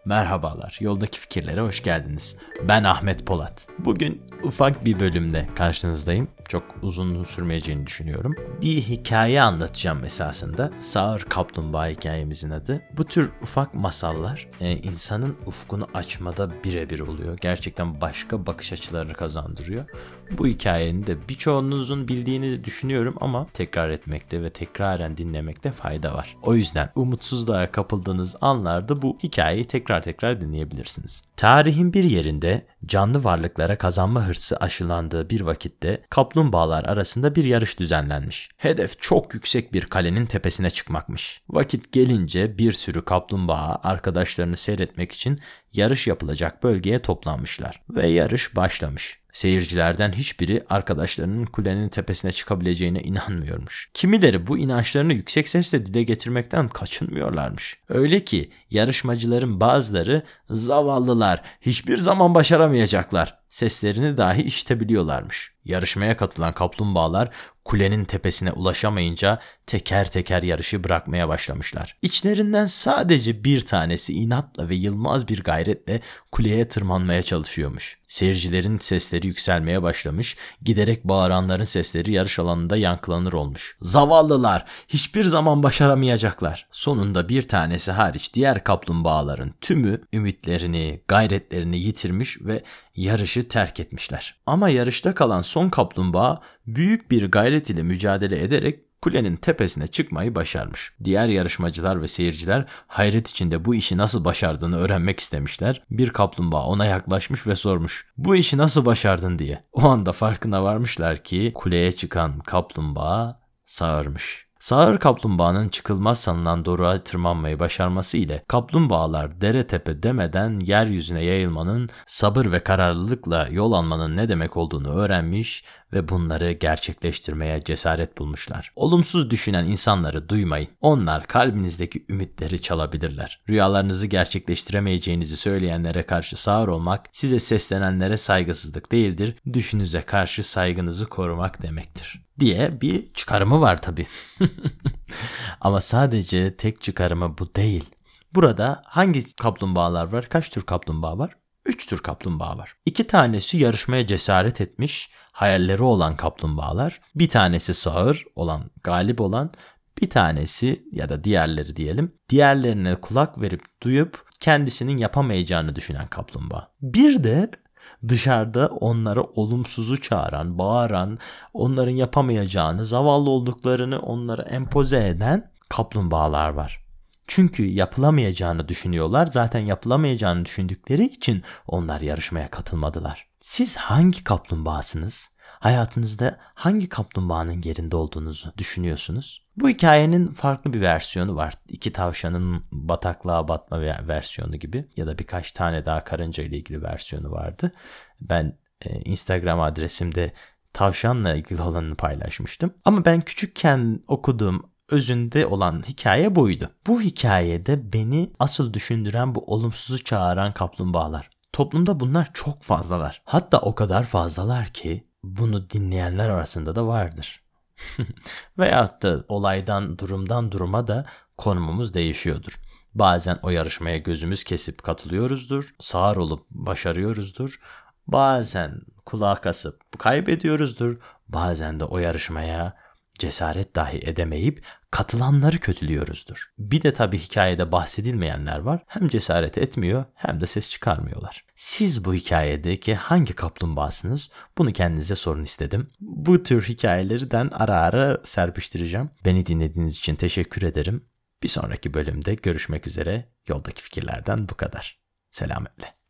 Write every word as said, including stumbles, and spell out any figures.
Merhabalar, Yoldaki Fikirlere hoş geldiniz. Ben Ahmet Polat. Bugün ufak bir bölümde karşınızdayım. Çok uzun sürmeyeceğini düşünüyorum. Bir hikaye anlatacağım esasında. Sağır Kaplumbağa hikayemizin adı. Bu tür ufak masallar e, insanın ufkunu açmada birebir oluyor. Gerçekten başka bakış açılarını kazandırıyor. Bu hikayenin de birçoğunuzun bildiğini düşünüyorum ama tekrar etmekte ve tekraren dinlemekte fayda var. O yüzden umutsuzluğa kapıldığınız anlarda bu hikayeyi tekrar tekrar dinleyebilirsiniz. Tarihin bir yerinde canlı varlıklara kazanma hırsı aşılandığı bir vakitte kaplumbağalar arasında bir yarış düzenlenmiş. Hedef çok yüksek bir kalenin tepesine çıkmakmış. Vakit gelince bir sürü kaplumbağa arkadaşlarını seyretmek için yarış yapılacak bölgeye toplanmışlar ve yarış başlamış. Seyircilerden hiçbiri arkadaşlarının kulenin tepesine çıkabileceğine inanmıyormuş. Kimileri bu inançlarını yüksek sesle dile getirmekten kaçınmıyorlarmış. Öyle ki yarışmacıların bazıları "Zavallılar, hiçbir zaman başaramayacaklar" seslerini dahi işitebiliyorlarmış. Yarışmaya katılan kaplumbağalar kulenin tepesine ulaşamayınca teker teker yarışı bırakmaya başlamışlar. İçlerinden sadece bir tanesi inatla ve yılmaz bir gayretle kuleye tırmanmaya çalışıyormuş. Seyircilerin sesleri yükselmeye başlamış, giderek bağıranların sesleri yarış alanında yankılanır olmuş. "Zavallılar, hiçbir zaman başaramayacaklar." Sonunda bir tanesi hariç diğer kaplumbağaların tümü ümitlerini, gayretlerini yitirmiş ve yarışı terk etmişler. Ama yarışta kalan son kaplumbağa büyük bir gayret ile mücadele ederek kulenin tepesine çıkmayı başarmış. Diğer yarışmacılar ve seyirciler hayret içinde bu işi nasıl başardığını öğrenmek istemişler. Bir kaplumbağa ona yaklaşmış ve sormuş, "Bu işi nasıl başardın?" diye. O anda farkına varmışlar ki kuleye çıkan kaplumbağa sağırmış. Sağır kaplumbağanın çıkılmaz sanılan doruğa tırmanmayı başarması ile kaplumbağalar dere tepe demeden yeryüzüne yayılmanın, sabır ve kararlılıkla yol almanın ne demek olduğunu öğrenmiş ve bunları gerçekleştirmeye cesaret bulmuşlar. Olumsuz düşünen insanları duymayın. Onlar kalbinizdeki ümitleri çalabilirler. Rüyalarınızı gerçekleştiremeyeceğinizi söyleyenlere karşı sağır olmak, size seslenenlere saygısızlık değildir, düşünüze karşı saygınızı korumak demektir diye bir çıkarımı var tabii. Ama sadece tek çıkarımı bu değil. Burada hangi kaplumbağalar var? Kaç tür kaplumbağa var? Üç tür kaplumbağa var. İki tanesi yarışmaya cesaret etmiş, hayalleri olan kaplumbağalar. Bir tanesi sağır olan, galip olan. Bir tanesi ya da diğerleri diyelim, diğerlerine kulak verip duyup kendisinin yapamayacağını düşünen kaplumbağa. Bir de dışarıda onlara olumsuzu çağıran, bağıran, onların yapamayacağını, zavallı olduklarını onlara empoze eden kaplumbağalar var. Çünkü yapılamayacağını düşünüyorlar. Zaten yapılamayacağını düşündükleri için onlar yarışmaya katılmadılar. Siz hangi kaplumbağasınız? Hayatınızda hangi kaplumbağanın yerinde olduğunuzu düşünüyorsunuz? Bu hikayenin farklı bir versiyonu var. İki tavşanın bataklığa batma versiyonu gibi ya da birkaç tane daha karınca ile ilgili versiyonu vardı. Ben e, Instagram adresimde tavşanla ilgili olanını paylaşmıştım. Ama ben küçükken okuduğum özünde olan hikaye buydu. Bu hikayede beni asıl düşündüren bu olumsuzu çağıran kaplumbağalar. Toplumda bunlar çok fazlalar. Hatta o kadar fazlalar ki bunu dinleyenler arasında da vardır. Veyahut da olaydan, durumdan duruma da konumumuz değişiyordur. Bazen o yarışmaya gözümüz kesip katılıyoruzdur, sağır olup başarıyoruzdur. Bazen kulak asıp kaybediyoruzdur. Bazen de o yarışmaya cesaret dahi edemeyip katılanları kötülüyoruzdur. Bir de tabii hikayede bahsedilmeyenler var. Hem cesaret etmiyor hem de ses çıkarmıyorlar. Siz bu hikayedeki hangi kaplumbağasınız? Bunu kendinize sorun istedim. Bu tür hikayelerden ara ara serpiştireceğim. Beni dinlediğiniz için teşekkür ederim. Bir sonraki bölümde görüşmek üzere. Yoldaki Fikirlerden bu kadar. Selametle.